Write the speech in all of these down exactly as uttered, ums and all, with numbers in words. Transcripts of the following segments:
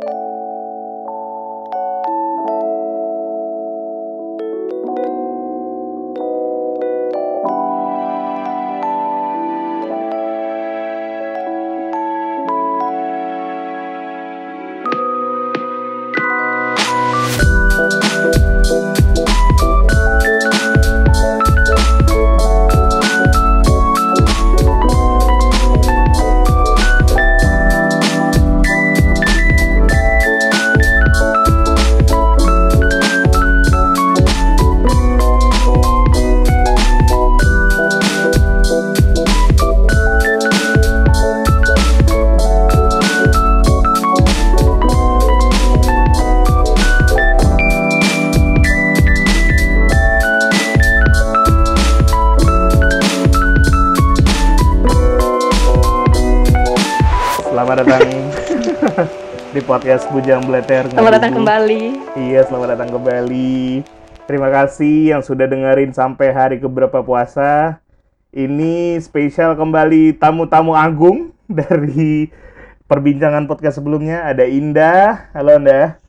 Selamat datang di podcast Bujang Bleter. Selamat datang kembali. Iya, selamat datang kembali. Terima kasih yang sudah dengerin sampai hari keberapa puasa. Ini spesial kembali tamu-tamu agung dari perbincangan podcast sebelumnya. Ada Indah. Halo Indah.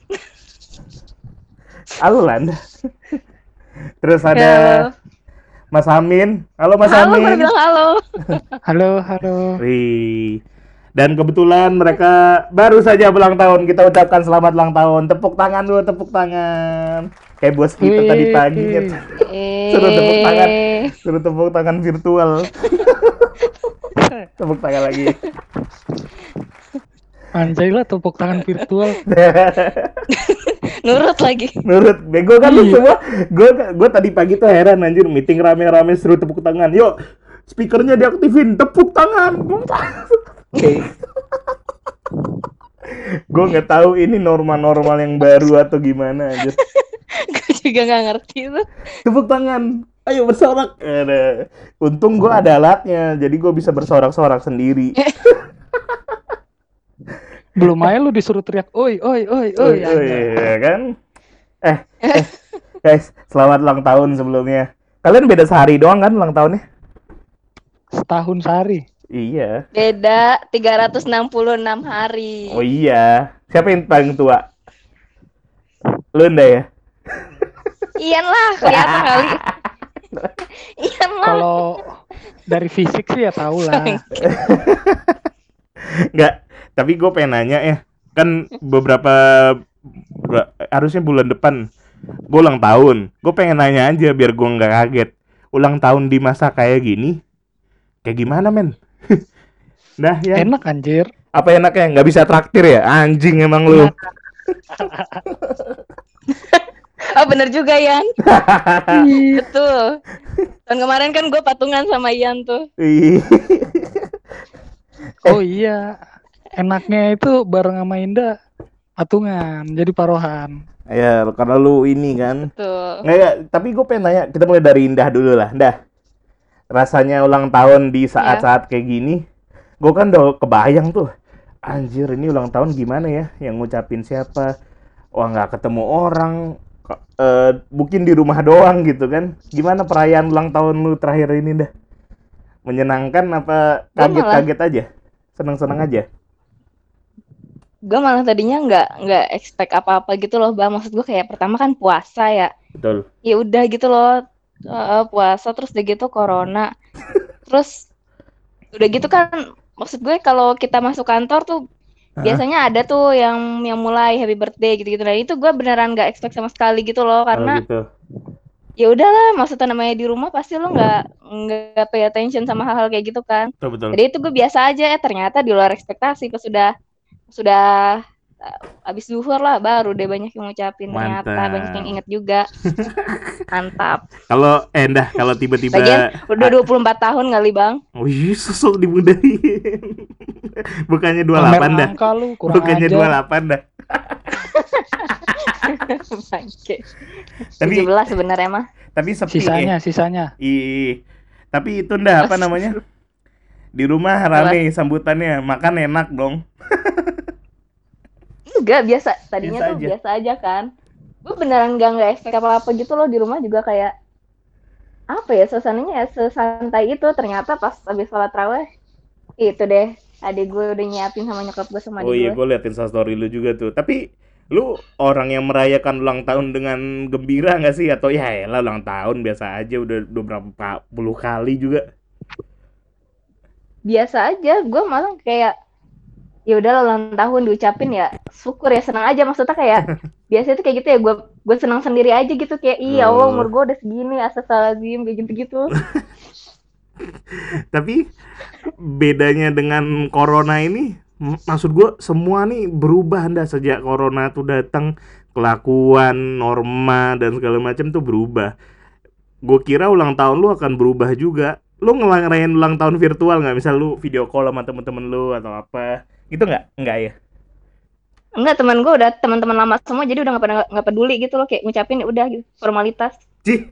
Halo Landa. Terus ada Halo. Mas Amin. Halo Mas Halo, Amin. baru bilang halo. Halo, halo. Wih. Dan kebetulan mereka baru saja ulang tahun. Kita ucapkan selamat ulang tahun. Tepuk tangan dulu, tepuk tangan. Kayak bos kita Wih. tadi pagi gitu. Eh. Suruh tepuk tangan, suruh tepuk tangan virtual. Tepuk tangan lagi. Anjay lah tepuk tangan virtual. Nurut lagi. Nurut, bego kan lu semua. Gue gue tadi pagi tuh heran anjir, meeting rame-rame suruh tepuk tangan. Yuk, speakernya diaktifin, tepuk tangan. Gue nggak tahu ini normal-normal yang baru atau gimana aja. Gue juga nggak ngerti tuh. Tepuk tangan, ayo bersorak. Ada. Untung gue ada alatnya, jadi gue bisa bersorak-sorak sendiri. Belum aja lu disuruh teriak, oi, oi, oi, oi. Oh iya kan? Eh, eh, guys, selamat ulang tahun sebelumnya. Kalian beda sehari doang kan ulang tahunnya? Setahun sehari. Iya. Beda tiga ratus enam puluh enam hari. Oh iya. Siapa yang paling tua? Lu Nda ya? Iyan lah, kelihatan kali. Iyan lah. Kalau dari fisik sih ya tau lah. Enggak. Tapi gue pengen nanya ya. Kan beberapa ber- harusnya bulan depan gue ulang tahun. Gue pengen nanya aja biar gue nggak kaget. Ulang tahun di masa kayak gini, kayak gimana men? Nah ya. Enak anjir. Apa enaknya? Nggak bisa traktir ya? Anjing emang lu. Oh bener juga Iyan. Betul. Tahun kemarin kan gue patungan sama Iyan tuh. Oh iya. Enaknya itu bareng sama Indah patungan, jadi parohan. Ya, karena lu ini kan. Tuh. Nggak, tapi gue pengen nanya, kita mulai dari Indah dulu lah. Indah, rasanya ulang tahun di saat-saat kayak gini, gue kan udah kebayang tuh. Anjir, ini ulang tahun gimana ya? Yang ngucapin siapa? Wah, nggak ketemu orang. Uh, mungkin di rumah doang gitu kan. Gimana perayaan ulang tahun lu terakhir ini, Dah? Menyenangkan apa kaget-kaget aja? Seneng-seneng aja? Gue malah tadinya nggak nggak expect apa-apa gitu loh Bang. Maksud gue kayak pertama kan puasa ya. Betul. Ya udah gitu loh. Uh, puasa terus udah gitu corona. Terus udah gitu kan maksud gue kalau kita masuk kantor tuh Hah? biasanya ada tuh yang yang mulai happy birthday gitu-gitu. Nah itu gue beneran nggak expect sama sekali gitu loh karena Oh, gitu. ya udahlah maksudnya namanya di rumah pasti lo nggak nggak pay attention sama hal-hal kayak gitu kan. Betul, betul. Jadi itu gue biasa aja. Eh ternyata di luar ekspektasi pas sudah sudah uh, abis zuhur lah baru deh banyak yang ngucapin. Ternyata Mantap. banyak yang inget juga. Mantap. Kalau eh Dah, kalau tiba-tiba Lagian udah dua puluh empat tahun kali Bang. wih, sosok dimudahin. Bukannya dua puluh delapan dah. Angka lu kurang Bukannya ajar. dua puluh delapan dah. Bangke. Tapi tujuh belas sebenarnya mah. tapi sepi. Sisanya, sisanya. Ih. Tapi itu Ndah apa namanya? Di rumah rame sambutannya, makan enak dong. Enggak, biasa. Tadinya Biasa tuh aja. biasa aja kan. Gue beneran gak nggak expect apa-apa gitu loh di rumah juga kayak apa ya suasananya ya sesantai itu. Ternyata pas habis sholat raweh itu deh adik gue udah nyiapin sama nyokap gue sama Oh adik iya, gue. gue liatin story lu juga tuh. Tapi lu orang yang merayakan ulang tahun dengan gembira nggak sih? Atau ya elah ulang tahun biasa aja udah udah berapa puluh kali juga. Biasa aja, gue malah kayak ya udah ulang tahun diucapin ya syukur ya senang aja, maksudnya kayak biasanya tuh kayak gitu ya, gue gue senang sendiri aja gitu kayak iya Allah Oh, umur gue udah segini astagfirullahaladzim kayak gitu-gitu. tapi bedanya dengan corona ini, m- maksud gue semua nih berubah dah sejak corona tuh datang, kelakuan, norma dan segala macam tuh berubah. Gue kira ulang tahun lu akan berubah juga. Lu ngerayain ulang tahun virtual nggak? Misal lu video call sama temen-temen lu atau apa? Gitu nggak? Nggak ya? Enggak, teman gue udah teman-teman lama semua jadi udah nggak pada nggak peduli gitu loh, kayak ngucapin ya udah gitu formalitas. Cih,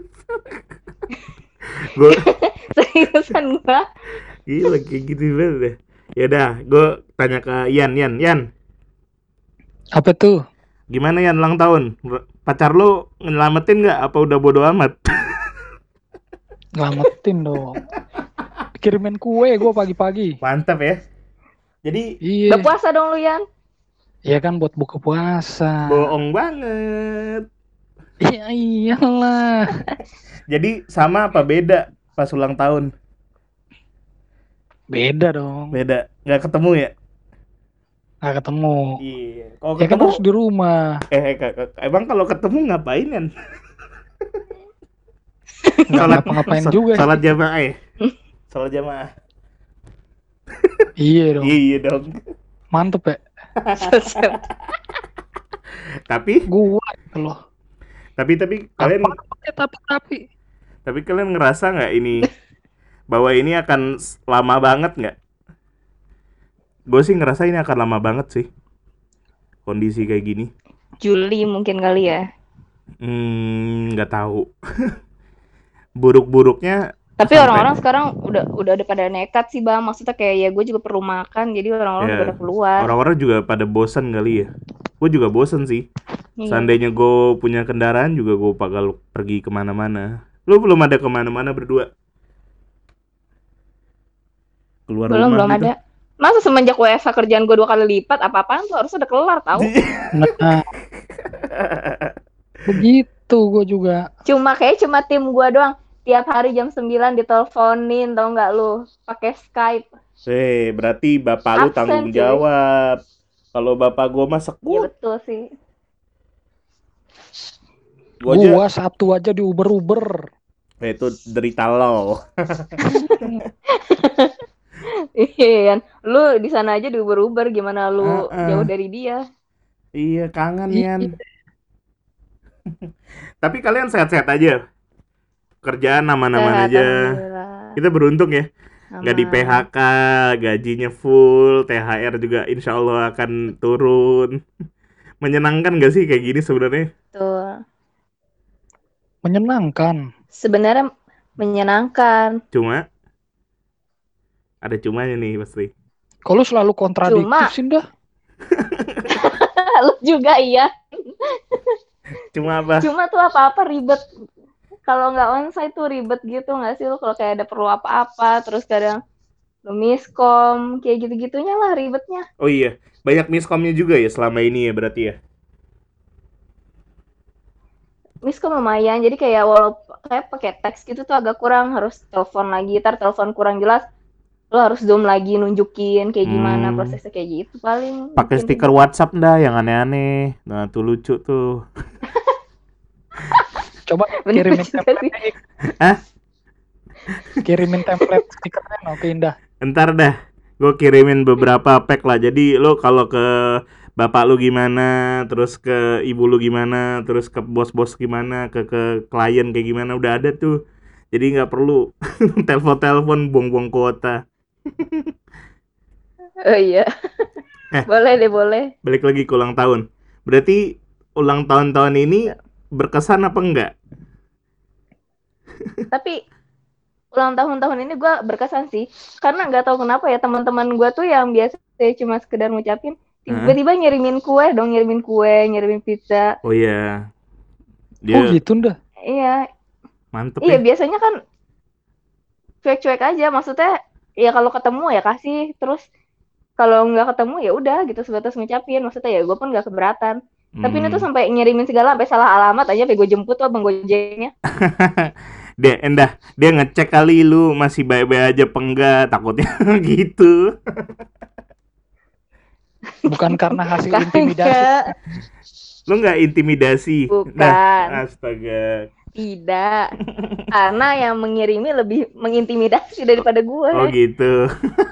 gue Seriusan gue. gila kayak gitu banget deh. Ya dah, gue tanya ke Yan, Yan, Yan, Apa tuh? gimana Yan ulang tahun? Pacar lu nyelamatin nggak? Apa udah bodo amat? Ngelametin dong. Kirimin kue gue pagi-pagi. Mantap ya. Jadi Udah Iya. puasa dong lu Yan. Iya kan buat buka puasa. bohong banget. Iya iyalah. Jadi sama apa beda pas ulang tahun? Beda dong. Beda, nggak ketemu ya? Nggak ketemu. Iya. Kalau Ya kan ketemu, harus di rumah. eh, eh, k- k- emang kalau ketemu ngapain Yan? Nggak Salat, ngapa-ngapain sa- juga salat sih. jamaah ya? Salat jamaah. Iya dong. Iya dong. Mantep ya. Tapi, Gua gitu loh. tapi, tapi kalian, Apa ya, tapi tapi tapi kalian ngerasa nggak ini bahwa ini akan s- lama banget nggak? Gue sih ngerasa ini akan lama banget sih kondisi kayak gini. Juli mungkin kali ya. Hmm, nggak tahu. Buruk-buruknya Tapi sampai orang-orang sekarang udah udah udah pada nekat sih bang, maksudnya kayak ya gue juga perlu makan jadi orang-orang udah ya pada keluar. orang-orang juga pada bosan kali ya. Gue juga bosan sih. Iya. Seandainya gue punya kendaraan juga gue bakal pergi kemana-mana. Lu belum ada kemana-mana berdua? Keluar Belum rumah belum gitu? ada. Masa semenjak W F H kerjaan gue dua kali lipat, apa-apaan tuh harusnya udah kelar tahu. nah, begitu gue juga. Cuma kayak cuma tim gue doang. Tiap hari jam sembilan diteleponin, tau nggak lu? Pakai Skype. Eh, berarti bapak lu Absen, tanggung cuy. jawab. Kalau bapak gue mah Iya sekut. betul sih. Gue aja, Gua Sabtu aja di Uber-Uber. eh, itu derita lo. Iya, lu di sana aja di Uber-Uber gimana lu Heeh. jauh dari dia? Iya, kangen Iya. Yan. Tapi kalian sehat-sehat aja. Kerjaan aman-aman Sehat, aja. alhamdulillah. Kita beruntung ya. Nggak di P H Aman. K, gajinya full, T H R juga insya Allah akan turun. Menyenangkan gak sih kayak gini sebenarnya? Tuh. Menyenangkan. Sebenarnya menyenangkan. Cuma ada cumanya nih pasti. Kalau selalu kontradiktif Cuma sih dah. lu juga iya. Cuma apa? Cuma tuh apa-apa ribet. Kalau nggak onsite tuh ribet gitu nggak sih lu kalau kayak ada perlu apa-apa terus kadang lu miskom kayak gitu-gitunya lah ribetnya. Oh iya, banyak miskomnya juga ya selama ini ya berarti ya. Miskom lumayan jadi kayak walaupun kayak pakai teks gitu tuh agak kurang, harus telepon lagi, tar telepon kurang jelas lu harus zoom lagi nunjukin kayak gimana Hmm, prosesnya kayak gitu paling pakai mungkin stiker ribet. WhatsApp dah yang aneh-aneh. Nah, tuh lucu tuh. Coba Bener kirimin juga template, sih. Hah? kirimin template stikernya oke indah. Ntar dah, gue kirimin beberapa pack lah. Jadi lo kalau ke bapak lu gimana, terus ke ibu lu gimana, terus ke bos-bos gimana, ke ke klien kayak gimana udah ada tuh. Jadi nggak perlu telepon-telepon buang-buang kuota. Oh iya. Eh, Boleh deh, boleh. balik lagi ke ulang tahun. Berarti ulang tahun-tahun ini berkesan apa enggak? Tapi ulang tahun-tahun ini gue berkesan sih, karena nggak tahu kenapa ya teman-teman gue tuh yang biasa cuma sekedar ngucapin, Hah? tiba-tiba ngirimin kue dong, ngirimin kue, ngirimin pizza. Oh iya, Oh dia gitu ndah. Iya, mantep iya ya. biasanya kan cuek-cuek aja, maksudnya ya kalau ketemu ya kasih, terus kalau nggak ketemu ya udah gitu sebatas ngucapin, maksudnya ya gue pun nggak keberatan. Tapi ini tuh Hmm. sampai ngirimin segala, sampai salah alamat aja, sampai gue jemput tuh abang Gojeknya. Dia endah, dia ngecek kali lu masih baik-baik aja apa enggak, takutnya gitu. Bukan karena hasil Kagak, intimidasi. Lu nggak intimidasi? Nah, bukan, astaga. tidak. Karena yang mengirimi lebih mengintimidasi daripada gue. Oh gitu.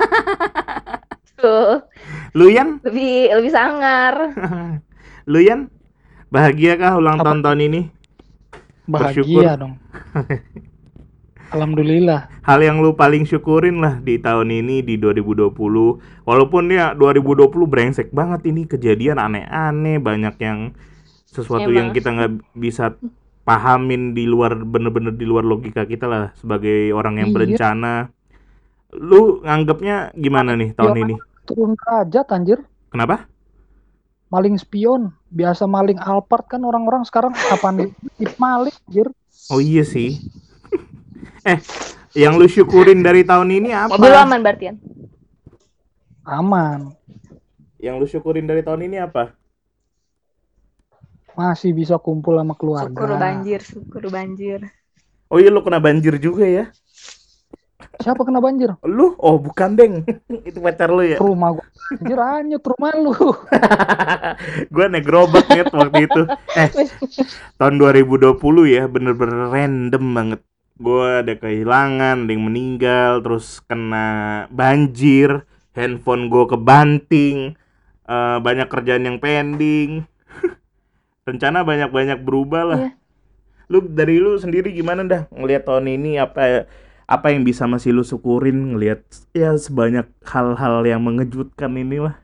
Tuh, Lu Yan, lebih lebih sangar. lu Yan, bahagia kah ulang Apa? tahun tahun ini? Bersyukur. Bahagia dong. Alhamdulillah. Hal yang lu paling syukurin lah di tahun ini di dua ribu dua puluh. Walaupun ya dua ribu dua puluh brengsek banget ini, kejadian aneh-aneh, banyak yang sesuatu yang Emang. kita nggak bisa pahamin di luar, bener-bener di luar logika kita lah sebagai orang yang Iya. berencana. Lu nganggapnya gimana nih tahun ini? Turun derajat anjir. Kenapa? Maling spion. Biasa maling Alphard kan orang-orang sekarang apaan nih? Maling anjir. Oh iya sih. eh, yang lu syukurin dari tahun ini apa? Mobil lu aman berarti kan? Aman. Yang lu syukurin dari tahun ini apa? Masih bisa kumpul sama keluarga. Syukur banjir, syukur banjir. Oh iya, lu kena banjir juga ya? Siapa kena banjir? Lu? Oh bukan deng. Itu pacar lu ya? Rumah gua anjir hanyut rumah lu. Gue naik gerobak net waktu itu. Eh, tahun dua ribu dua puluh ya, bener-bener random banget. Gue ada kehilangan, ada yang meninggal, terus kena banjir, handphone gue kebanting, eh, banyak kerjaan yang pending. Rencana banyak-banyak berubah lah. Iya. Lu dari lu sendiri gimana dah ngelihat tahun ini, apa apa yang bisa masih lu syukurin ngelihat ya sebanyak hal-hal yang mengejutkan inilah.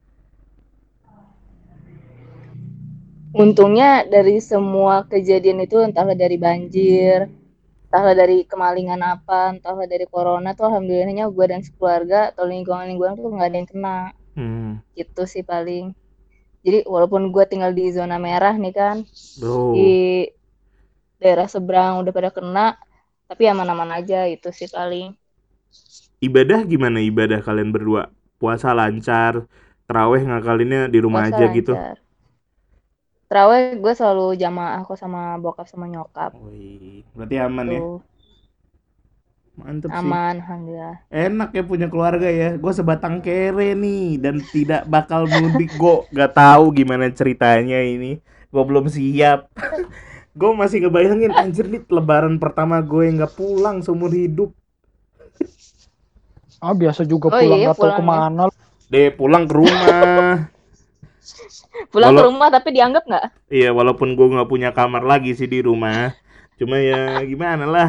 Untungnya dari semua kejadian itu, entahlah dari banjir, entahlah dari kemalingan apa, entahlah dari corona tuh alhamdulillahnya gue dan sekeluarga atau lingkungan-lingkungan tuh nggak ada yang kena. Hmm. Gitu sih paling. Jadi walaupun gue tinggal di zona merah nih kan, Bro. di daerah seberang udah pada kena, tapi aman-aman aja, itu sih paling. Ibadah gimana ibadah kalian berdua? Puasa lancar, taraweh ngakalinnya di rumah Puasa aja gitu. lancar. Terawih gue selalu jamaah kok sama bokap sama nyokap. Wih, berarti aman ya? Tuh, Mantep sih. aman alhamdulillah. Enak ya punya keluarga ya. Gue sebatang kere nih dan tidak bakal mudik. Gue gak tahu gimana ceritanya ini. Gue belum siap. Gue masih ngebayangin anjir nih lebaran pertama gue yang gak pulang seumur hidup. Ah biasa juga Oh pulang iya, nggak tahu pulang ya. kemana. Deh pulang ke rumah. Pulang ke Walau- rumah tapi dianggap nggak? Iya walaupun gue gak punya kamar lagi sih di rumah. Cuma ya gimana lah.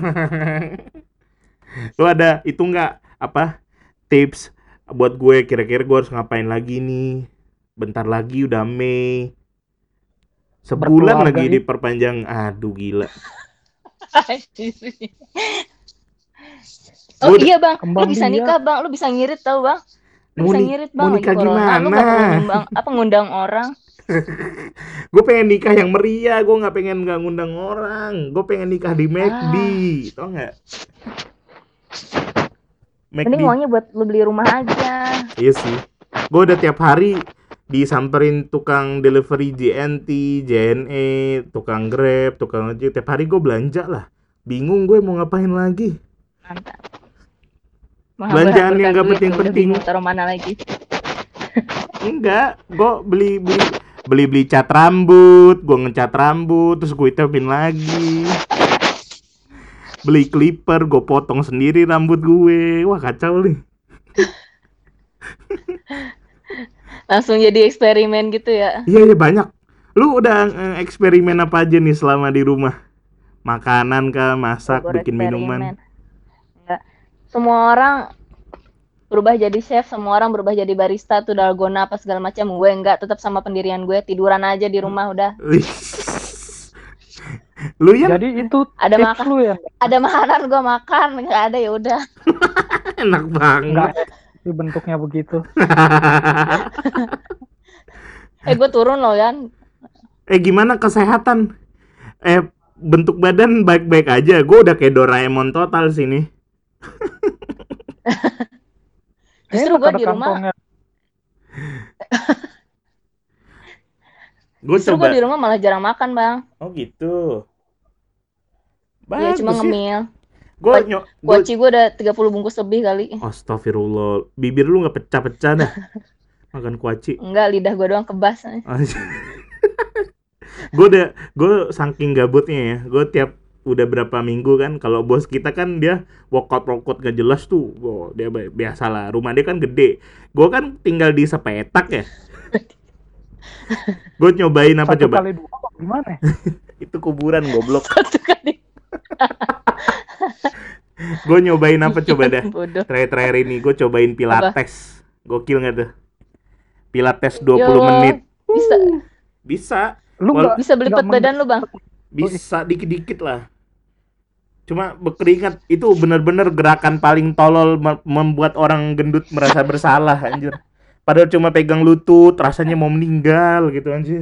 Lu ada itu nggak apa tips buat gue kira-kira gue harus ngapain lagi nih? Bentar lagi udah Mei. Sebulan Berkeluarga lagi itu. diperpanjang. Aduh gila. Oh Gua- iya bang, lu Kembang bisa biak. nikah bang, lu bisa ngirit tau bang. Lu Mau bisa ni- ngirit mau bang, lagi nikah corona. Lu gimana? nggak perlu nyumbang, apa ngundang orang. Gue pengen nikah yang meriah. Gue nggak pengen nggak ngundang orang. Gue pengen nikah di McD. Tau nggak? Ini McD. maunya buat lu beli rumah aja. Iya sih. Gue udah tiap hari disamperin tukang delivery J N T, J N E, tukang Grab, tukang ojek. Tiap hari gue belanja lah. Bingung gue mau ngapain lagi. Mantap. Belanjaan yang nggak Duit, penting-penting. udah bingung taruh mana lagi. Enggak, gue beli beli beli beli cat rambut, gue ngecat rambut, terus gue itepin lagi. Beli clipper, gue potong sendiri rambut gue. Wah kacau nih. Langsung jadi eksperimen gitu ya. Iya iya banyak. Lu udah eh, eksperimen apa aja nih selama di rumah? Makanan kah, masak, Bubur bikin minuman? eksperimen. Enggak. Semua orang berubah jadi chef, semua orang berubah jadi barista tuh, dalgona apa segala macam. Gue enggak, tetap sama pendirian gue, tiduran aja di rumah udah. Lu ya Jadi itu Ada tips makan. lu ya? Ada makanan gue makan, enggak ada ya udah. enak banget. Enggak. Itu bentuknya begitu. Eh gue turun loh kan. eh gimana kesehatan? Eh bentuk badan baik-baik aja. Gue udah kayak Doraemon total sini. Justru Enak gue ada di rumah kantongnya. Gue Justru coba. gue di rumah malah jarang makan, Bang. Oh gitu. Iya, cuma Bagus ya. ngemil. Gue Kuat- nyok. Gue. Kuaci gue ada tiga puluh bungkus lebih kali. Astagfirullah. Bibir lu nggak pecah-pecah dah. Makan kuaci. Enggak, lidah gue doang kebas. Gue udah, gue saking gabutnya ya. Gue tiap udah berapa minggu kan, kalau bos kita kan dia workout workout gak jelas tuh. Oh, dia bi- biasa lah. Rumah dia kan gede. Gue kan tinggal di sepetak ya. Gue nyobain apa Satu coba? kali dua apa gimana ya? Itu kuburan goblok. Satu kali. Gue nyobain apa coba dah? Bodoh. Terakhir-terakhir ini gue cobain pilates. Gokil nggak tuh? Pilates dua Yo, puluh menit. Bisa Bisa. Lu Wal- nggak bisa belipat nggak badan lu, Bang. Bisa dikit-dikit lah. Cuma berkeringat itu bener-bener gerakan paling tolol me- membuat orang gendut merasa bersalah anjir. Padahal cuma pegang lutut rasanya mau meninggal gitu anjir.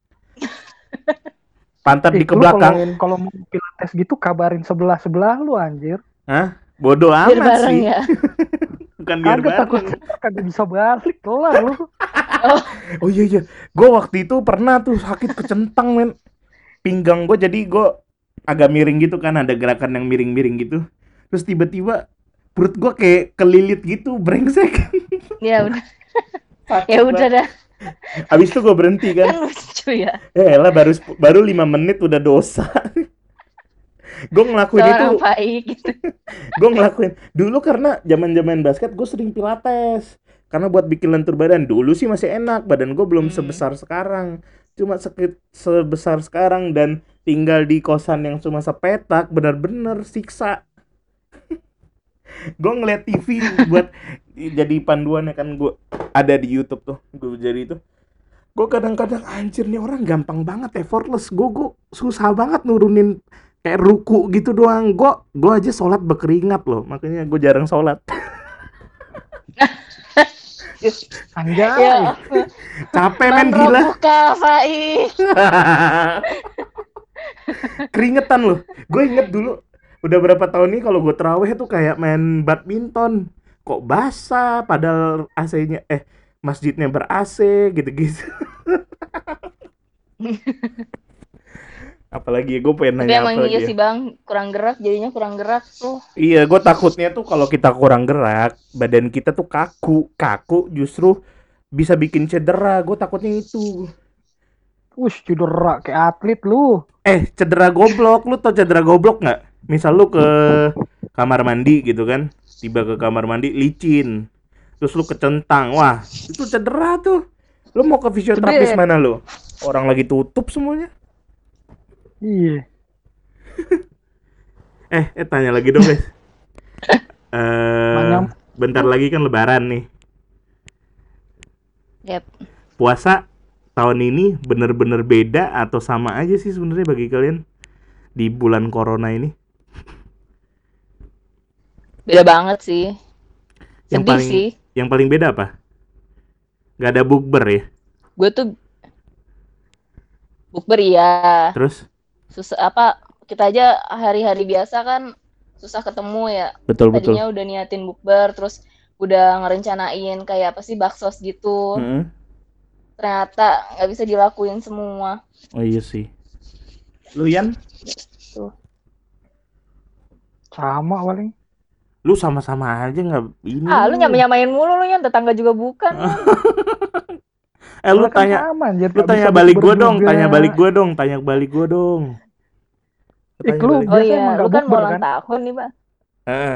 Pantat Ih, lu kalau dikebelakangin. kalau mau pilates gitu kabarin sebelah sebelah lu anjir. Hah? Bodoh Biar amat bareng sih. ya. Bukan biar Kagak takut bareng. kagak bisa balik kelar lu. Oh iya iya. Gue waktu itu pernah tuh sakit kecentang men. Pinggang gue jadi gue agak miring gitu kan, ada gerakan yang miring-miring gitu. Terus tiba-tiba perut gue kayak kelilit gitu, brengsek. Ya udah. Sakit Ya udah banget. dah. Abis itu gue berhenti kan. Kan lucu ya. Eh lah baru sep- baru lima menit udah dosa. Gue ngelakuin itu, Seorang baik gitu. gue ngelakuin dulu karena zaman-zaman basket gue sering pilates. Karena buat bikin lentur badan dulu sih masih enak, badan gue belum Hmm. sebesar sekarang. Cuma sekit sebesar sekarang dan tinggal di kosan yang cuma sepetak, benar-benar siksa. Gue ngeliat T V buat jadi panduannya kan, gue ada di YouTube tuh, gue jadi itu. Gue kadang-kadang anjir nih orang gampang banget effortless. Gue gue susah banget nurunin kayak ruku gitu doang. Gue gue aja sholat berkeringat loh, makanya gue jarang sholat. Anjay. Ya. Capek men Man gila. Rabbuka, Faiz. Keringetan loh. Gue inget dulu udah berapa tahun nih kalau gue terawih tuh kayak main badminton. Kok basah padahal A C-nya eh masjidnya ber-A C gitu-gitu. Apalagi gue pengen Tapi nanya emang apa iya lagi sih, ya. Bang, kurang gerak jadinya kurang gerak tuh. Iya, gue takutnya tuh kalau kita kurang gerak, badan kita tuh kaku. Kaku justru bisa bikin cedera. Gue takutnya itu. Wush, cedera kayak atlet lu. Eh, cedera goblok. Lu tau cedera goblok nggak? Misal lu ke kamar mandi gitu kan, tiba ke kamar mandi licin, terus lu kecentang. Wah, itu cedera tuh. Lu mau ke fisioterapis Gede. mana lu? Orang lagi tutup semuanya. Iya. Eh, eh tanya lagi dong, guys. Eh, Mana? bentar lagi kan lebaran nih. Yep. Puasa tahun ini bener-bener beda atau sama aja sih sebenarnya bagi kalian di bulan corona ini? Beda banget sih. Yang Sedih paling sih. yang paling beda apa? Gak ada bukber ya? Gue tuh bukber iya. Terus? Susah apa kita aja hari-hari biasa kan susah ketemu ya. Betul betul. Tadinya udah niatin bukber, terus udah ngerencanain kayak apa sih baksos gitu. Mm-mm. Ternyata nggak bisa dilakuin semua. Oh iya sih. Lu Yan? Tuh. Sama paling. Lu sama-sama aja nggak ini. Ah, lu nyamain mulu lu Yan, tetangga juga bukan. Eh lu Soalnya kan tanya, sama, anjir, lu nggak tanya bisa balik bukber gua dong, juga. tanya balik gua dong, tanya balik gua dong. Lu Eh, tanya lu balik. Oh biasa iya, emang lu nggak kan mau bukber ulang kan? tahun nih, Bang. Heeh.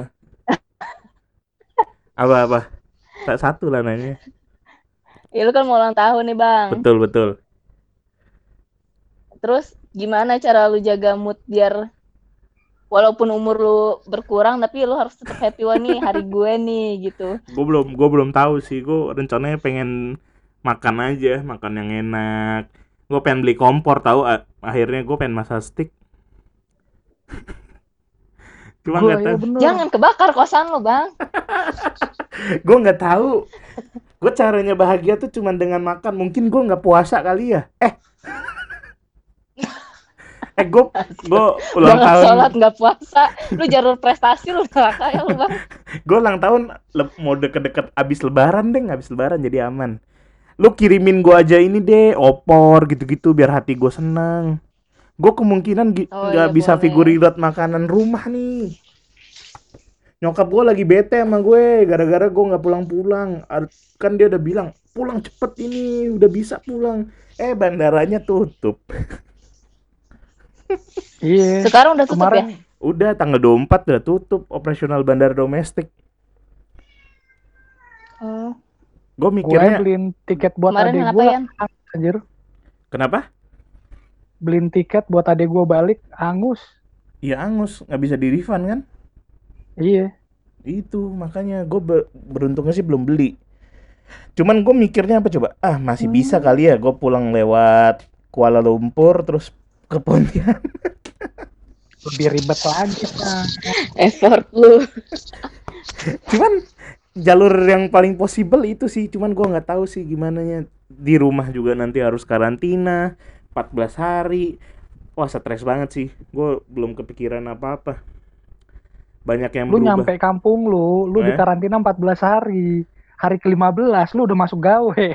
Apa apa? Tak satu lah nanya. Ya lu kan mau ulang tahun nih, Bang. Betul betul. Terus gimana cara lu jaga mood biar walaupun umur lu berkurang tapi lu harus tetap happy, wah nih hari gue nih gitu. Gue belum gue belum tahu sih. Gue rencananya pengen makan aja, makan yang enak. Gue pengen beli kompor tahu. A- akhirnya gue pengen masak steak. Cuma Gua, nggak iya tahu. bener. Jangan kebakar kosan lu, Bang. Gue nggak tahu. Gue caranya bahagia tuh cuma dengan makan. Mungkin gue nggak puasa kali ya. Eh. eh gue gue ulang Jangan tahun. sholat nggak puasa. Lu jalur prestasi lu neraka ya lu, Bang. Gue ulang tahun le- mau deket-deket abis lebaran deh, abis lebaran jadi aman. Lu kirimin gue aja ini deh, opor gitu-gitu biar hati gue senang. Gue kemungkinan gi- Oh nggak iya bisa boleh. figurirot makanan rumah nih. Nyokap gue lagi bete sama gue gara-gara gue nggak pulang-pulang. Ar- Kan dia udah bilang pulang cepet ini, udah bisa pulang. Eh bandaranya tutup. Iya. Sekarang udah tutup ya? Kemarin Udah tanggal dua puluh empat udah tutup operasional bandara domestik. Oh. Gue gue mikirnya beliin tiket buat Kemarin adek kenapa gue, ya? anjir. kenapa? Beliin tiket buat adek gue balik, angus. Ya angus nggak bisa di refund kan? Iya. Itu makanya gue ber- beruntungnya sih belum beli. Cuman gue mikirnya apa coba? Ah masih bisa Hmm. kali ya gue pulang lewat Kuala Lumpur terus ke Pontianak. Lebih ribet lagi kan. Effort lu. Cuman jalur yang paling possible itu sih. Cuman gue nggak tahu sih gimana nya. Di rumah juga nanti harus karantina empat belas hari. Wah stres banget sih. Gue belum kepikiran apa-apa. Banyak yang Lu berubah. nyampe kampung lu, lu di Eh? karantina empat belas hari. Hari ke lima belas lu udah masuk gawe.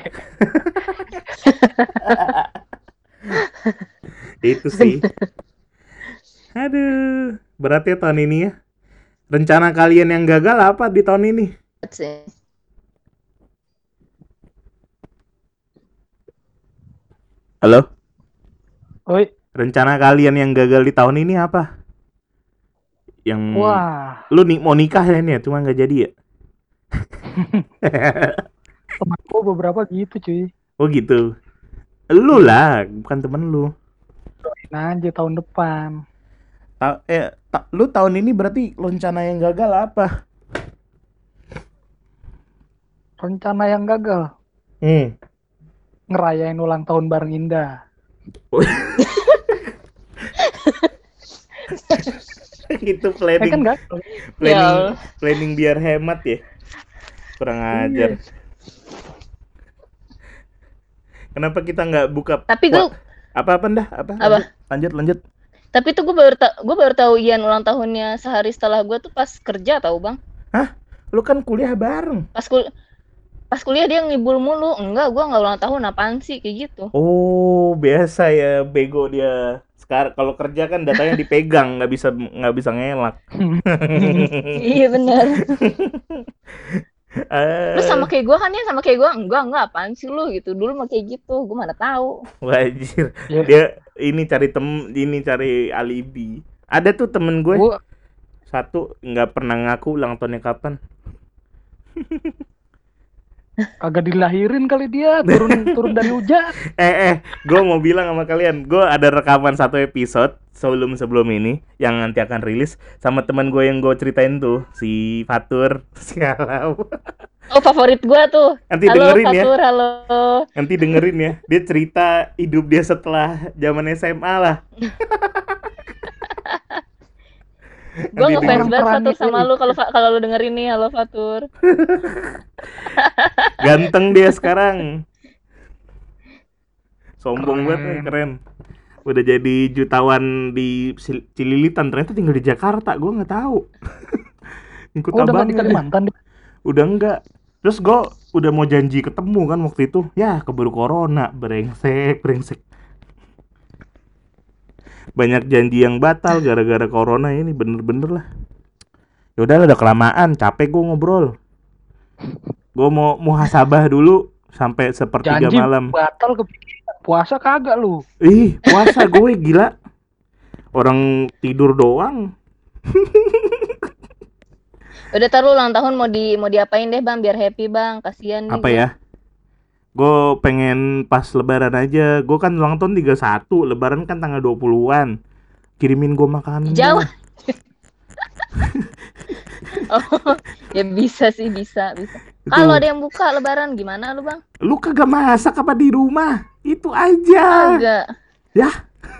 Itu sih. Aduh, berat ya tahun ini ya. Rencana kalian yang gagal apa di tahun ini? Sih. Halo? Oi, Rencana kalian yang gagal di tahun ini apa? Yang wah, lu nih mau nikah ya nih ya, cuma nggak jadi ya? temanku beberapa gitu cuy. Oh gitu. Lu lah, bukan temen lu. Nah, aja tahun depan. Ta- eh, ta- lu tahun ini berarti rencana yang gagal apa? Rencana yang gagal, Hmm. ngerayain ulang tahun bareng Indah. Itu Eh kan planning, gagal. planning, Ya. planning biar hemat ya. Kurang ajar. Iya. Kenapa kita nggak buka? Tapi Wah, gue apa-apa dah? Apa? apa? Lanjut, lanjut, lanjut. Tapi tuh gue baru ta- gue baru tahu Ian ulang tahunnya sehari setelah gue tuh pas kerja tahu bang. Hah? Lu kan kuliah bareng. Pas kul pas kuliah dia ngibul mulu. Enggak, gue nggak ulang tahun apaan sih kayak gitu. Oh, biasa ya bego dia. Sekarang kalau kerja kan datanya dipegang, nggak bisa nggak bisa ngelak. Iya benar. Lu sama Eh, kayak gue kan ya sama kayak gue enggak enggak apaan sih lu gitu. Dulu mah kayak gitu. Gue mana tahu. wajir. Ya, Dia ini cari tem, ini cari alibi. Ada tuh temen gue gua satu nggak pernah ngaku ulang tahunnya kapan. kagak dilahirin kali dia, turun turun dari hujan. Eh eh, gue mau bilang sama kalian, gue ada rekaman satu episode sebelum sebelum ini yang nanti akan rilis sama teman gue yang gue ceritain tuh si Fatur, si Galau. Oh favorit gue tuh. Nanti Halo dengerin ya. Fatur, halo. Nanti dengerin ya. Dia cerita hidup dia setelah zaman S M A lah. Gue Nanti ngefans denger. banget Perannya Fatur sama itu. lu kalau kalau lu dengerin nih halo Fatur. Ganteng dia sekarang. Sombong banget nih, Keren. keren. Udah jadi jutawan di Sil- Cililitan, ternyata tinggal di Jakarta. Gue nggak tahu. Ikut Oh, udah nggak di abangnya dia. Kalimantan dia. Udah enggak. Terus gue udah mau janji ketemu kan waktu itu. Ya keburu corona, brengsek, brengsek. Banyak janji yang batal gara-gara corona ini, bener-bener lah. Ya udah udah kelamaan, capek gue ngobrol. Gue mau muhasabah dulu sampai sepertiga Janji malam. batal kepikiran. Puasa kagak lu. Ih, puasa gue gila. Orang tidur doang. Udah taruh ulang tahun mau di mau diapain deh bang biar happy bang. Kasihan nih. Apa gua. ya? Gue pengen pas lebaran aja. Gue kan ulang tahun tiga puluh satu, lebaran kan tanggal dua puluhan. Kirimin gue makanan. Jauh. dah. Oh ya bisa sih bisa bisa. Itu. Kalau ada yang buka lebaran gimana lu bang? Lu kagak masak apa di rumah? Itu aja. Agak. Ya.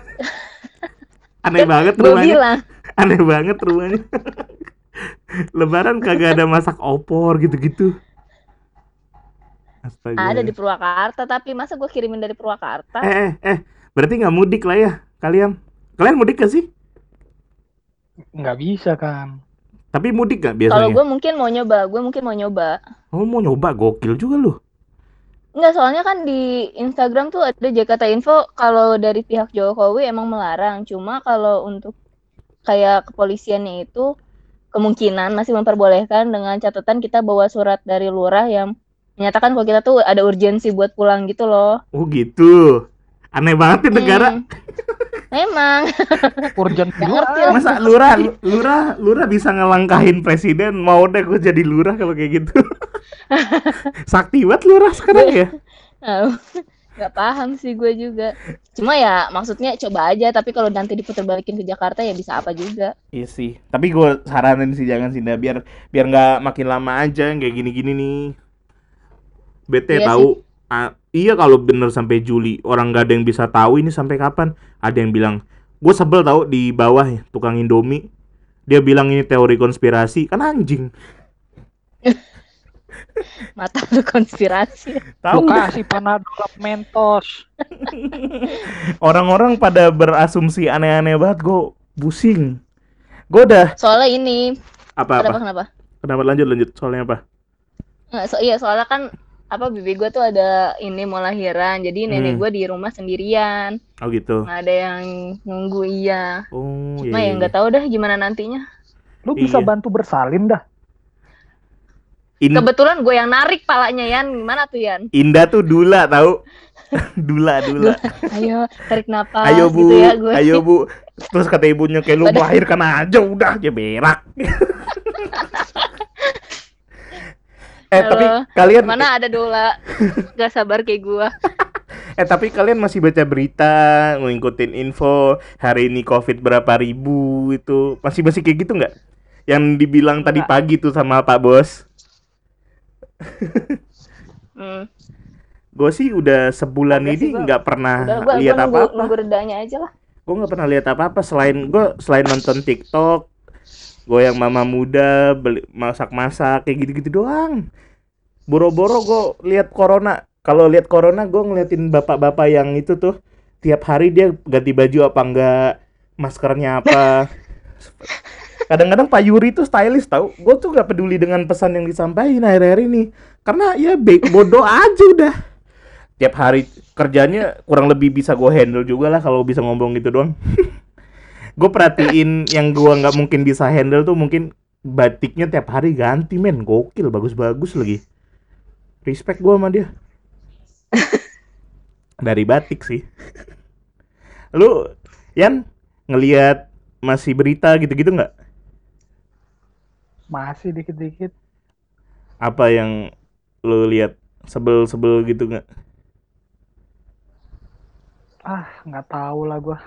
Aneh banget Gue rumahnya. bilang. Aneh banget rumahnya. Lebaran kagak ada masak opor gitu-gitu. Astaga. Ada di Purwakarta tapi masa gue kirimin dari Purwakarta? Eh, eh, eh. Berarti nggak mudik lah ya kalian? Kalian mudik gak sih? Nggak bisa kan. Tapi mudik gak Kalau biasanya? gue mungkin mau nyoba, gue mungkin mau nyoba. Oh mau nyoba, gokil juga lu. Enggak, soalnya kan di Instagram tuh ada J K T Info kalau dari pihak Jokowi emang melarang. Cuma kalau untuk kayak kepolisiannya itu kemungkinan masih memperbolehkan dengan catatan kita bawa surat dari lurah yang menyatakan kalau kita tuh ada urgensi buat pulang gitu loh. Oh gitu. Aneh banget nih negara. Hmm, memang Urgent nggak ngerti lah. Masa lurah, lurah, lurah bisa ngelangkahin presiden? Mau deh gue jadi lurah kalau kayak gitu. Sakti banget lurah sekarang ya. Nah, nggak paham sih gue juga. Cuma ya maksudnya coba aja. Tapi kalau nanti diputar balikin ke Jakarta ya bisa apa juga. Iya sih. Tapi gue saranin sih jangan sih, Nda. biar biar nggak makin lama aja kayak gini-gini nih. Bete Iya sih. tahu. Ah, iya kalau bener sampai Juli orang nggak ada yang bisa tahu ini sampai kapan. Ada yang bilang, gue sebel tahu di bawah ya tukang Indomie. Dia bilang ini teori konspirasi, kan anjing. Mata lu konspirasi. Lu Tahu dah. kasih Panadol Mentos. Orang-orang pada berasumsi aneh-aneh banget, gue pusing. Gue udah Soalnya ini apa-apa. kenapa kenapa? Kenapa lanjut lanjut soalnya apa? Nggak, so, iya soalnya kan apa bibi gue tuh ada ini mau lahiran. Jadi nenek Hmm. gue di rumah sendirian. Oh gitu. Nggak ada yang nunggu iya. Oh Cuma iya. ya nggak tahu dah gimana nantinya. Lu bisa Iya. bantu bersalin dah. In- Kebetulan gue yang narik palanya Yan. Gimana tuh Yan? Indah tuh dula tahu. dula dula. Ayo tarik napas Ayo bu, gitu ya gue. ayo bu. Terus kata ibunya kayak lu Padahal- melahirkan aja udah aja berak. eh tapi Halo, kalian mana ada dola gak sabar kayak gue. eh tapi kalian masih baca berita, ngikutin info hari ini COVID berapa ribu itu masih masih kayak gitu nggak? Yang dibilang tadi Nggak. pagi tuh sama Pak Bos. Hmm. Gue sih udah sebulan Agak ini sih, gua- nggak pernah Udah gue lihat nunggu, apa-apa. nunggu redanya aja lah. Gue nggak pernah lihat apa-apa selain gue selain nonton TikTok, gue yang mama muda beli masak-masak kayak gitu-gitu doang. Boro-boro gue lihat corona. Kalau lihat corona gue ngeliatin bapak-bapak yang itu tuh tiap hari dia ganti baju apa enggak, maskernya apa. Kadang-kadang Pak Yuri tuh stylish tau. Gue tuh nggak peduli dengan pesan yang disampaikan akhir-akhir ini karena ya be- bodoh aja udah. Tiap hari kerjanya kurang lebih bisa gue handle juga lah kalau bisa ngomong gitu doang. Gue perhatiin yang gue nggak mungkin bisa handle tuh mungkin batiknya tiap hari ganti men, gokil, bagus-bagus lagi. Respect gue sama dia. Dari batik sih. Lu Yan ngelihat masih berita gitu-gitu nggak? Masih dikit-dikit. Apa yang lu lihat sebel-sebel gitu nggak? Ah, nggak tahu lah gua.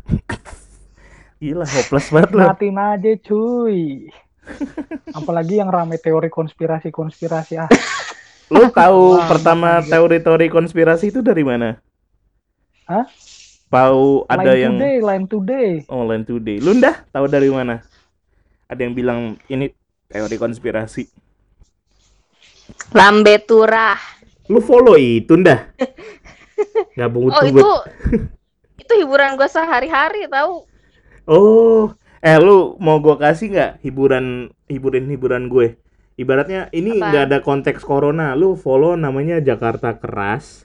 Gila, hopeless banget lu. Matiin aja cuy. Apalagi yang rame teori konspirasi-konspirasi. Ah, Lu tahu Wah, pertama anjir. teori-teori konspirasi itu dari mana? Hah? Tahu ada Line yang today, line today. oh Line Today. Lu dah tahu dari mana? Ada yang bilang ini teori konspirasi. Lambe turah. Lu follow itu dah. Gak butuh Oh itu buat. itu hiburan gue sehari-hari tahu. Oh, eh lu mau gua kasih nggak hiburan hiburan hiburan gue? Ibaratnya ini Apaan? nggak ada konteks corona. Lu follow namanya Jakarta Keras.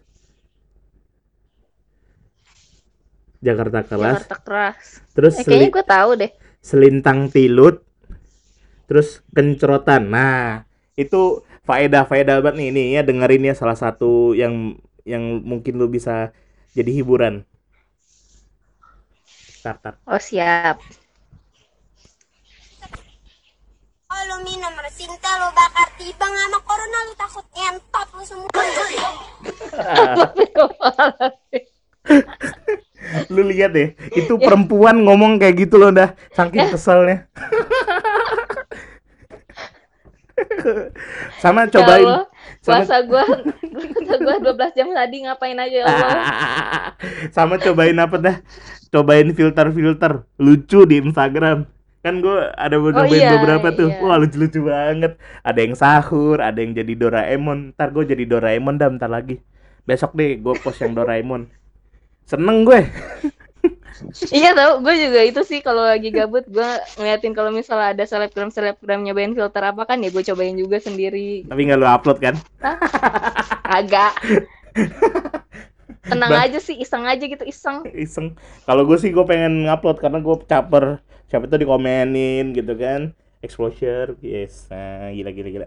Jakarta Keras. Jakarta keras. Terus Eh, kayaknya seli- gue tahu deh. selintang tilut. Terus kencrotan. Nah, itu faedah-faedah banget nih. Ini ya dengerin ya salah satu yang yang mungkin lu bisa jadi hiburan. Tar, tar. Oh siap. Oh, lu minum resinta, lu bakar tiba sama corona, lu takut ngentot lu semua. Lu lihat deh, itu perempuan ngomong kayak gitu loh dah, saking keselnya. Sama cobain. Ya Allah, Sama, puasa gue puasa gue dua belas jam tadi ngapain aja ya Allah. sama cobain apa dah? Cobain filter-filter lucu di Instagram. Kan gue ada cobain iya, beberapa tuh. iya. Wah, lucu-lucu banget. Ada yang sahur, ada yang jadi Doraemon. Ntar gue jadi Doraemon dah bentar lagi. Besok deh gue post yang Doraemon. Seneng gue. Iya tau, gue juga itu sih kalau lagi gabut gue ngeliatin kalau misalnya ada selebgram selebgram nyobain filter apa kan ya gue cobain juga sendiri. Tapi nggak lu upload kan? Agak tenang Bah- aja sih, iseng aja gitu, iseng. Iseng. Kalau gue sih gue pengen ngupload karena gue caper. Siapa itu dikomenin gitu kan. Exposure, yes. Nah, gila gila gila.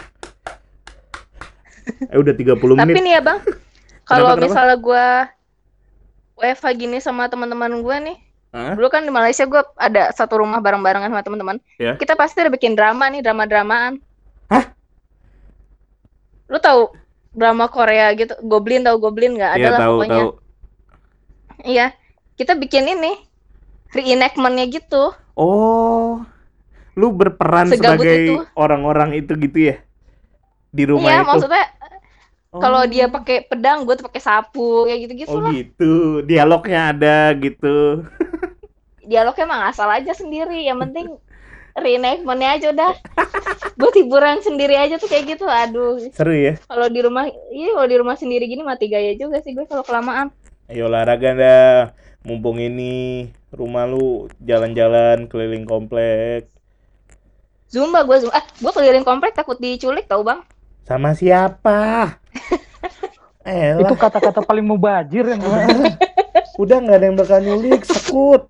Eh udah tiga puluh Tapi menit. nih ya bang, kalau kenapa? misalnya gue W F H gini sama teman-teman gue nih, Hah? dulu kan di Malaysia gue ada satu rumah bareng-barengan sama teman-teman. Ya. Kita pasti ada bikin drama nih, drama-dramaan. Hah? Lu tahu drama Korea gitu, Goblin, tahu Goblin nggak? Ada Iya lah tahu pokoknya. tahu. Iya, kita bikin ini reenactment-nya gitu. Oh, lu berperan Segabut sebagai itu. orang-orang itu gitu ya? Di rumah Iya, itu. maksudnya kalau Oh. dia pakai pedang, gue tuh pakai sapu, kayak gitu-gitu Oh lah. gitu, dialognya ada gitu. Dialognya emang asal aja sendiri, yang penting reenactment-nya aja udah. Buat hiburan sendiri aja tuh kayak gitu. Aduh, Seru ya. kalau di rumah, iya kalau di rumah sendiri gini mati gaya juga sih gue kalau kelamaan. Ayo olahraga dah. Mumpung ini rumah lu jalan-jalan keliling komplek. Zumba gue Zumba. Ah, gue keliling komplek takut diculik tau bang. Sama siapa? Itu Elah, kata-kata paling mubazir yang gua dengerin. udah nggak ada yang bakal nyulik, sekut.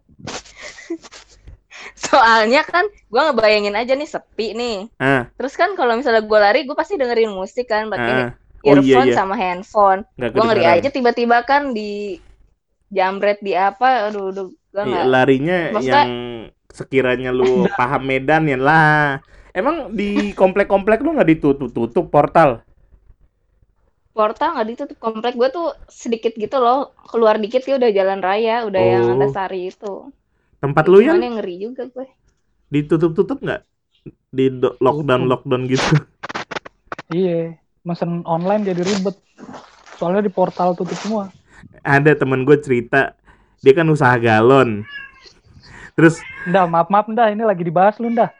Soalnya kan gue ngebayangin aja nih sepi nih. Ah, Terus kan kalau misalnya gue lari, gue pasti dengerin musik kan, pakai ah. Oh iya earphone iya. sama handphone. Nggak Gue ngeri kedengeran. aja tiba-tiba kan di jambret di apa, aduh, aduh gue Iya, nggak. larinya Maksudnya- yang sekiranya lu paham medan ya lah. Emang di komplek-komplek lu nggak ditutup-tutup portal? Portal nggak ditutup, komplek gue tuh sedikit gitu loh, keluar dikit ya udah jalan raya, udah yang Oh. Antasari itu. Tempat lu Cuman Yan yang ngeri juga gue. ditutup-tutup nggak? Di do- lockdown-lockdown gitu. Iya, mesen online jadi ribet. Soalnya di portal tutup semua. Ada temen gue cerita, dia kan usaha galon. Terus Ndah, maaf maaf ndah, ini lagi dibahas lu ndah.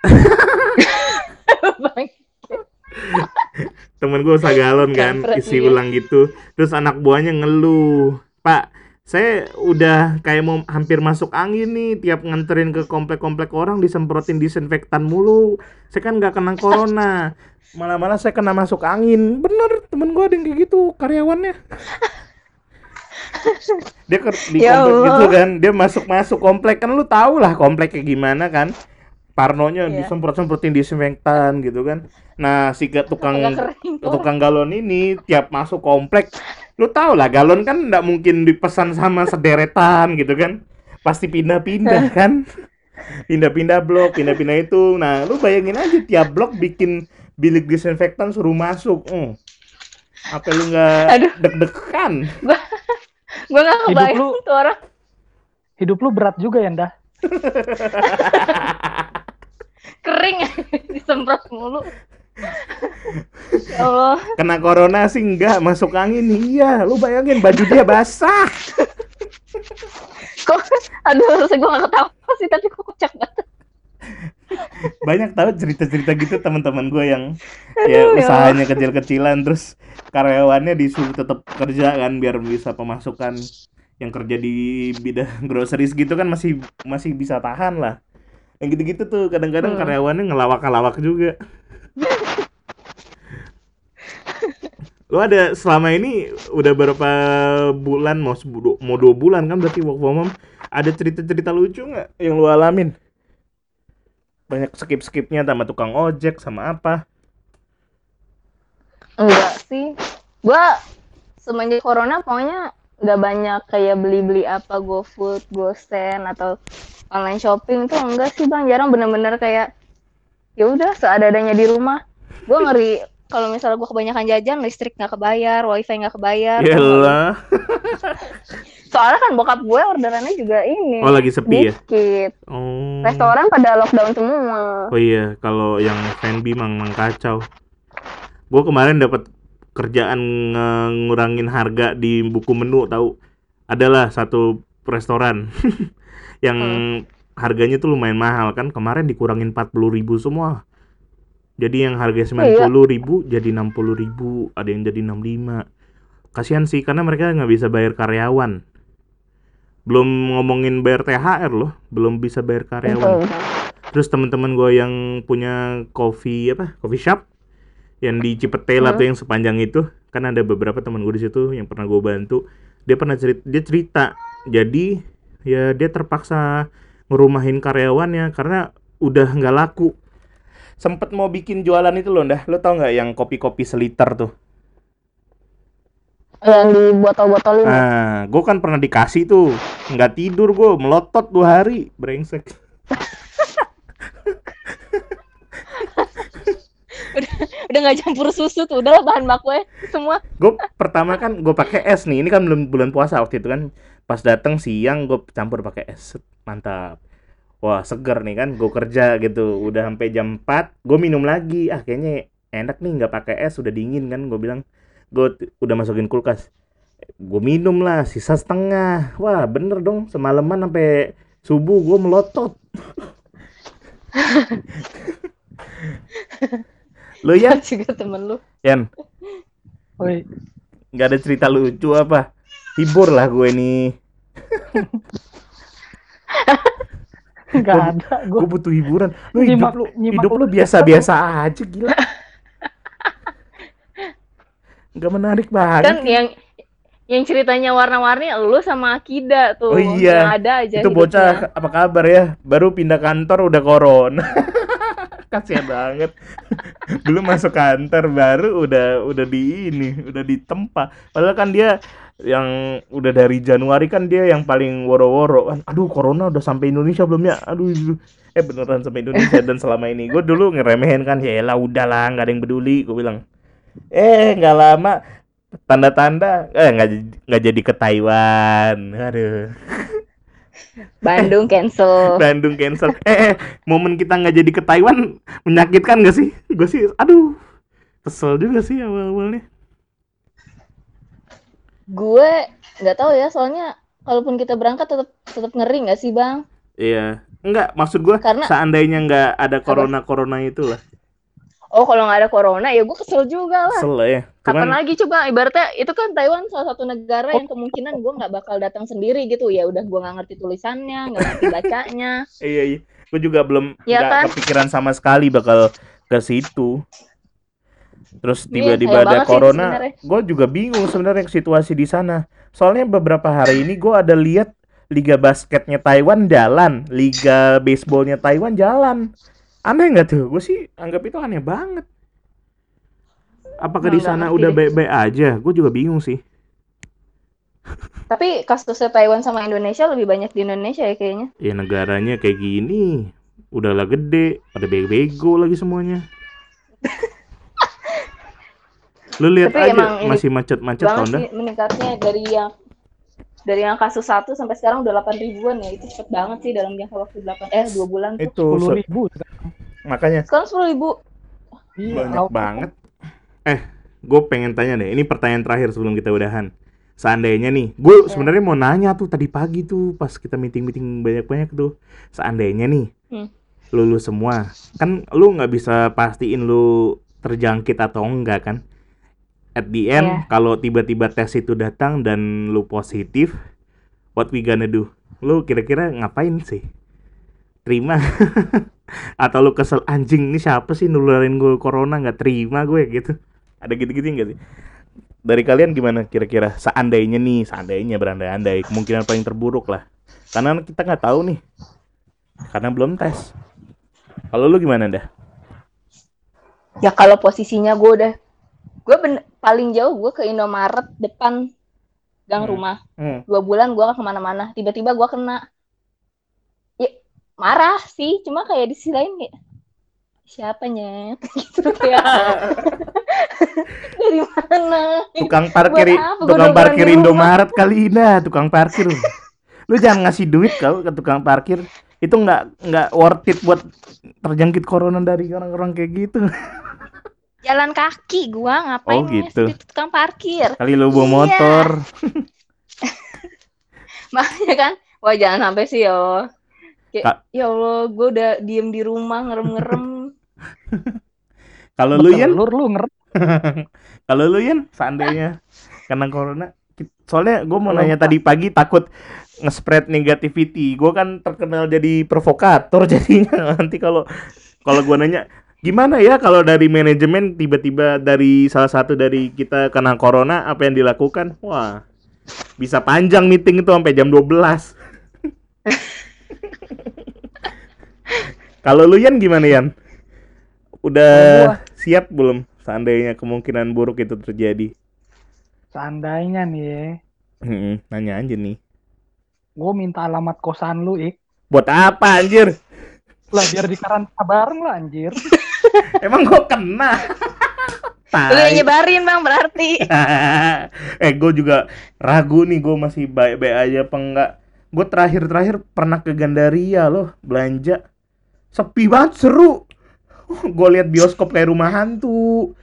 temen gue usaha galon kan, Kampret isi dia. ulang gitu. Terus anak buahnya ngeluh, Pak, saya udah kayak mau hampir masuk angin nih, tiap nganterin ke komplek-komplek orang disemprotin disinfektan mulu. Saya kan nggak kena corona, malah-malah saya kena masuk angin. Bener, temen gue ada yang kayak gitu, karyawannya. Dia ke, di Ya komplek Allah. gitu kan, dia masuk-masuk komplek, kan lu tau lah komplek kayak gimana kan. Parnonya Iya. disemprot-semprotin disinfektan gitu kan. Nah, si ga- tukang Agak kering kok. tukang galon ini tiap masuk komplek, lu tau lah galon kan nggak mungkin dipesan sama sederetan gitu kan, pasti pindah-pindah kan, pindah-pindah blok, pindah-pindah itu. Nah, lu bayangin aja tiap blok bikin bilik disinfektan suruh masuk. Hmm. Apa lu nggak Aduh. deg-degan? Gue nggak Hidup kebayang lu- tuh orang. Hidup lu berat juga ya ndah. Kering disemprot mulu. Ya Allah. Kena corona sih enggak, masuk angin iya. Lu bayangin baju dia basah. Kok aduh harusnya gue gak ketawa sih, tapi kok kocak banget. Banyak tahu cerita-cerita gitu teman-teman gue yang Aduh, ya ya usahanya kecil-kecilan, terus karyawannya disuruh tetap kerja kan biar bisa pemasukan. Yang kerja di bidang groceries gitu kan masih masih bisa tahan lah. Yang gitu-gitu tuh kadang-kadang Hmm. karyawannya ngelawak-ngelawak juga. Lu ada selama ini udah berapa bulan, mau sebu- mau dua bulan kan berarti work from home, ada cerita-cerita lucu nggak yang lu alamin? Banyak skip-skipnya sama tukang ojek sama apa? Enggak sih. Gue semenjak corona pokoknya nggak banyak kayak beli-beli apa GoFood, GoSend atau online shopping tuh enggak sih bang. Jarang, bener-bener kayak ya udah seadanya di rumah. Gue ngeri kalau misalnya gue kebanyakan jajan, listrik nggak kebayar, wifi nggak kebayar. Yalah. Soalnya kan bokap gue orderannya juga ini Oh lagi sepi ya? dikit. Oh. Restoran pada lockdown semua. Oh iya, kalau yang F and B mang mang kacau. Gue kemarin dapat kerjaan nge- ngurangin harga di buku menu, tahu? Adalah satu restoran yang harganya tuh lumayan mahal kan, kemarin dikurangin empat puluh ribu semua. Jadi yang harga sembilan puluh ribu jadi enam puluh ribu, ada yang jadi enam puluh lima. Kasihan sih karena mereka nggak bisa bayar karyawan. Belum ngomongin bayar T H R loh, belum bisa bayar karyawan. Terus teman-teman gue yang punya coffee apa, coffee shop yang di Cipete lah Hmm. tuh yang sepanjang itu, kan ada beberapa teman gue di situ yang pernah gue bantu. Dia pernah cerita, dia cerita, jadi ya dia terpaksa ngerumahin karyawannya karena udah nggak laku. Sempet mau bikin jualan itu loh, dah. Lo tau nggak yang kopi-kopi seliter tuh? Yang di botol-botolin. ya? Ah, gue kan pernah dikasih tuh, nggak tidur gue, melotot dua hari, brengsek. Udah nggak campur susu tuh, udahlah bahan bakunya semua. Gue pertama kan gue pakai es nih, ini kan belum bulan puasa waktu itu kan, pas datang siang gue campur pakai es, Set, mantap. Wah seger nih kan, gue kerja gitu, udah sampai jam empat, gue minum lagi, ah kayaknya enak nih nggak pakai es, udah dingin kan, gue bilang, gue t- udah masukin kulkas, gue minum lah, sisa setengah, wah bener dong, semalaman sampai subuh gue melotot. Lo Yan, Juga temen lu. Yan, Woi, nggak ada cerita lucu apa? Hibur lah gue nih. nggak Gua- ada. Gue Gue butuh hiburan. Lu hidup Nyimak- lu, nyimak hidup lu lu. biasa-biasa aja gila. Nggak menarik banget. Kan yang yang ceritanya warna-warni lu sama Akida tuh. Oh iya. Yang ada aja Itu hidupnya. bocah apa kabar ya? Baru pindah kantor udah corona. Kasihan banget. Dulu masuk kantor baru udah udah di ini, udah ditempa. Padahal kan dia yang udah dari Januari kan dia yang paling woro-woro kan. Aduh, corona udah sampai Indonesia belum ya? Aduh, aduh. eh beneran sampai Indonesia. Dan selama ini gue dulu ngeremehin kan, ya elah udahlah nggak ada yang peduli, gue bilang. Eh nggak lama tanda-tanda eh nggak j- nggak jadi ke Taiwan. Aduh. Bandung cancel. Bandung cancel. Eh, eh momen kita nggak jadi ke Taiwan menyakitkan gak sih? Gue sih, aduh, kesel juga sih awal-awalnya. Gue nggak tahu ya, soalnya kalaupun kita berangkat tetap tetap ngeri nggak sih bang? Iya, enggak, maksud gue Karena- seandainya nggak ada corona-corona itu lah, Oh kalau nggak ada corona ya gue kesel juga lah. kesel lah ya. Kapan Cuman, lagi coba, ibaratnya itu kan Taiwan salah satu negara yang kemungkinan gue nggak bakal datang sendiri gitu ya. Udah gue nggak ngerti tulisannya, nggak ngerti bacanya. iya, iya, gue juga belum Iya nggak kan? kepikiran sama sekali bakal ke situ. Terus Iya, tiba-tiba sayang ada banget sih corona, sebenarnya. gue juga bingung sebenarnya situasi di sana. Soalnya beberapa hari ini gue ada lihat liga basketnya Taiwan jalan, liga baseballnya Taiwan jalan. Aneh nggak tuh? Gue sih anggap itu aneh banget. Apakah Nah, di nggak sana ngerti udah deh. baik-baik aja? Gue juga bingung sih. Tapi kasusnya Taiwan sama Indonesia lebih banyak di Indonesia ya kayaknya. Ya negaranya kayak gini, udahlah gede, pada bego-bego lagi semuanya. Lu lihat Tapi aja emang ini masih macet-macet Banget Tonda. sih meningkatnya dari yang dari yang kasus satu sampai sekarang udah delapan ribuan ya. Itu cepet banget sih dalam jangka waktu delapan eh dua bulan tuh. Itu sepuluh se- ribu. makanya Sekarang sepuluh ribu. Iya, banyak out- banget. Eh, gue pengen tanya deh. Ini pertanyaan terakhir sebelum kita udahan. Seandainya nih, gue Ya. sebenarnya mau nanya tuh tadi pagi tuh pas kita meeting-meeting banyak-banyak tuh. Seandainya nih, Hmm. lulus semua, kan lu nggak bisa pastiin lu terjangkit atau enggak kan? At the end, Iya. kalau tiba-tiba tes itu datang dan lu positif, what we gonna do? Lu kira-kira ngapain sih? Terima? Atau lu kesel, anjing ini siapa sih nularin gue corona, nggak terima gue gitu? Ada gitu-gitu nggak sih? Dari kalian gimana kira-kira? Seandainya nih, seandainya berandai-andai, kemungkinan paling terburuk lah. Karena kita nggak tahu nih, karena belum tes. Kalau lu gimana dah? Ya kalau posisinya gue udah gue ben- paling jauh gue ke Indomaret depan gang Hmm. rumah. Hmm. Dua bulan gue gak kemana-mana. Tiba-tiba gue kena. Ya marah sih. Cuma kayak di sisi lain kayak siapanya? Gitu ya. Dari mana? Tukang parkir, Buat apa gua tukang nongkrong parkir di rumah? Indomaret kali ini, tukang parkir. Lu jangan ngasih duit kau ke tukang parkir. Itu nggak nggak worth it buat terjangkit corona dari orang-orang kayak gitu. Jalan kaki gue ngapain Oh, gitu. ngasih di tukang parkir. Kali lu bawa Iya. motor. Makanya kan, wah jangan sampai sih yo. Kayak, Kak. ya Allah, gue udah diem di rumah ngerem-ngerem. Kalau lu Yan, Telur lu ngerti. kalau lu Yan, seandainya kena corona, Soalnya gue mau Kalau nanya tadi pagi takut nge-spread negativity. Gue kan terkenal jadi provokator jadinya. Nanti kalau kalau gue nanya gimana ya kalau dari manajemen tiba-tiba dari salah satu dari kita kena corona apa yang dilakukan? Wah, bisa panjang meeting itu sampai jam dua belas. Kalau lu Yan gimana Yan? Udah Kalau gua- siap belum seandainya kemungkinan buruk itu terjadi? Seandainya nih ya, Hmm, nanya aja nih. gue minta alamat kosan lu, Ik. Buat apa anjir? Lah biar di karantina bareng lah anjir. Emang gua kena. Lu yang Tai. nyebarin bang berarti. eh gue juga ragu nih gue masih baik-baik aja apa enggak. Gue terakhir-terakhir pernah ke Gandaria loh belanja. Sepi banget, seru. Gue lihat bioskop kayak rumah hantu.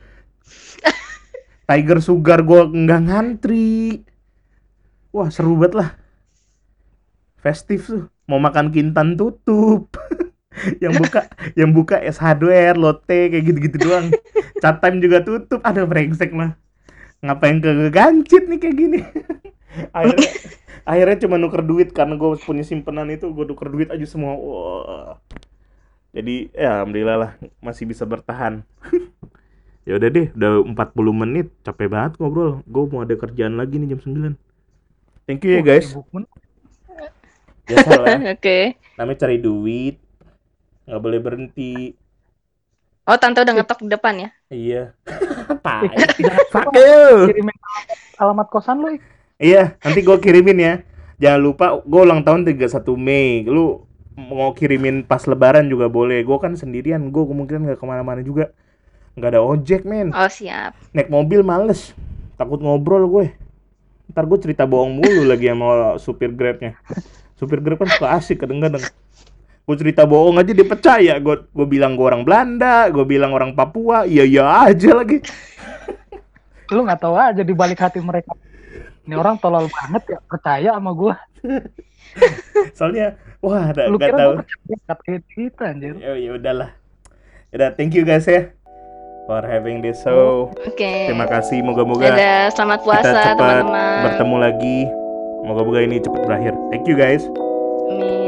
Tiger Sugar gue nggak ngantri. Wah seru banget lah. Festif tuh. Mau makan kintan tutup. yang buka yang buka es hardware, lotte kayak gitu-gitu doang. Chat time juga tutup. Aduh brengsek lah. Ngapain ke gancit nih kayak gini. akhirnya akhirnya cuma nuker duit karena gue punya simpenan itu, gue nuker duit aja semua. Wah. Jadi ya alhamdulillah lah masih bisa bertahan. Ya udah deh, udah empat puluh menit, capek banget ngobrol. Gue mau ada kerjaan lagi nih jam sembilan. Thank you ya Wah, guys. sibuk bener. Biasalah, Oke. namanya cari duit. Nggak boleh berhenti. Oh tante udah ngetok di depan ya? Iya. Tai. Jangan Fuck lupa you. kirimin alamat kosan lu, Ik. Iya, nanti gue kirimin ya. Jangan lupa, gue ulang tahun tiga puluh satu Mei. Lu mau kirimin pas lebaran juga boleh. Gue kan sendirian, gue kemungkinan nggak kemana-mana juga. Nggak ada ojek, men. Oh siap. Naik mobil males. Takut ngobrol gue. Ntar gue cerita bohong mulu lagi sama supir Grabnya. Supir Grab kan suka asik kadang-kadang. Gue cerita bohong aja dia percaya. Gue gue bilang gue orang Belanda, gue bilang orang Papua, iya iya aja lagi. Lu nggak tahu aja di balik hati mereka. Ini orang tolol banget ya, percaya sama gue. Soalnya, wah, ada Lu nggak kira tahu. gue percaya kata kita anjir. Ya ya udahlah. Udah, thank you guys ya for having this show. Oke. Terima kasih, moga-moga Dadah, selamat kita puasa cepat teman-teman. bertemu lagi. Moga-moga ini cepat berakhir. Thank you guys. Amin.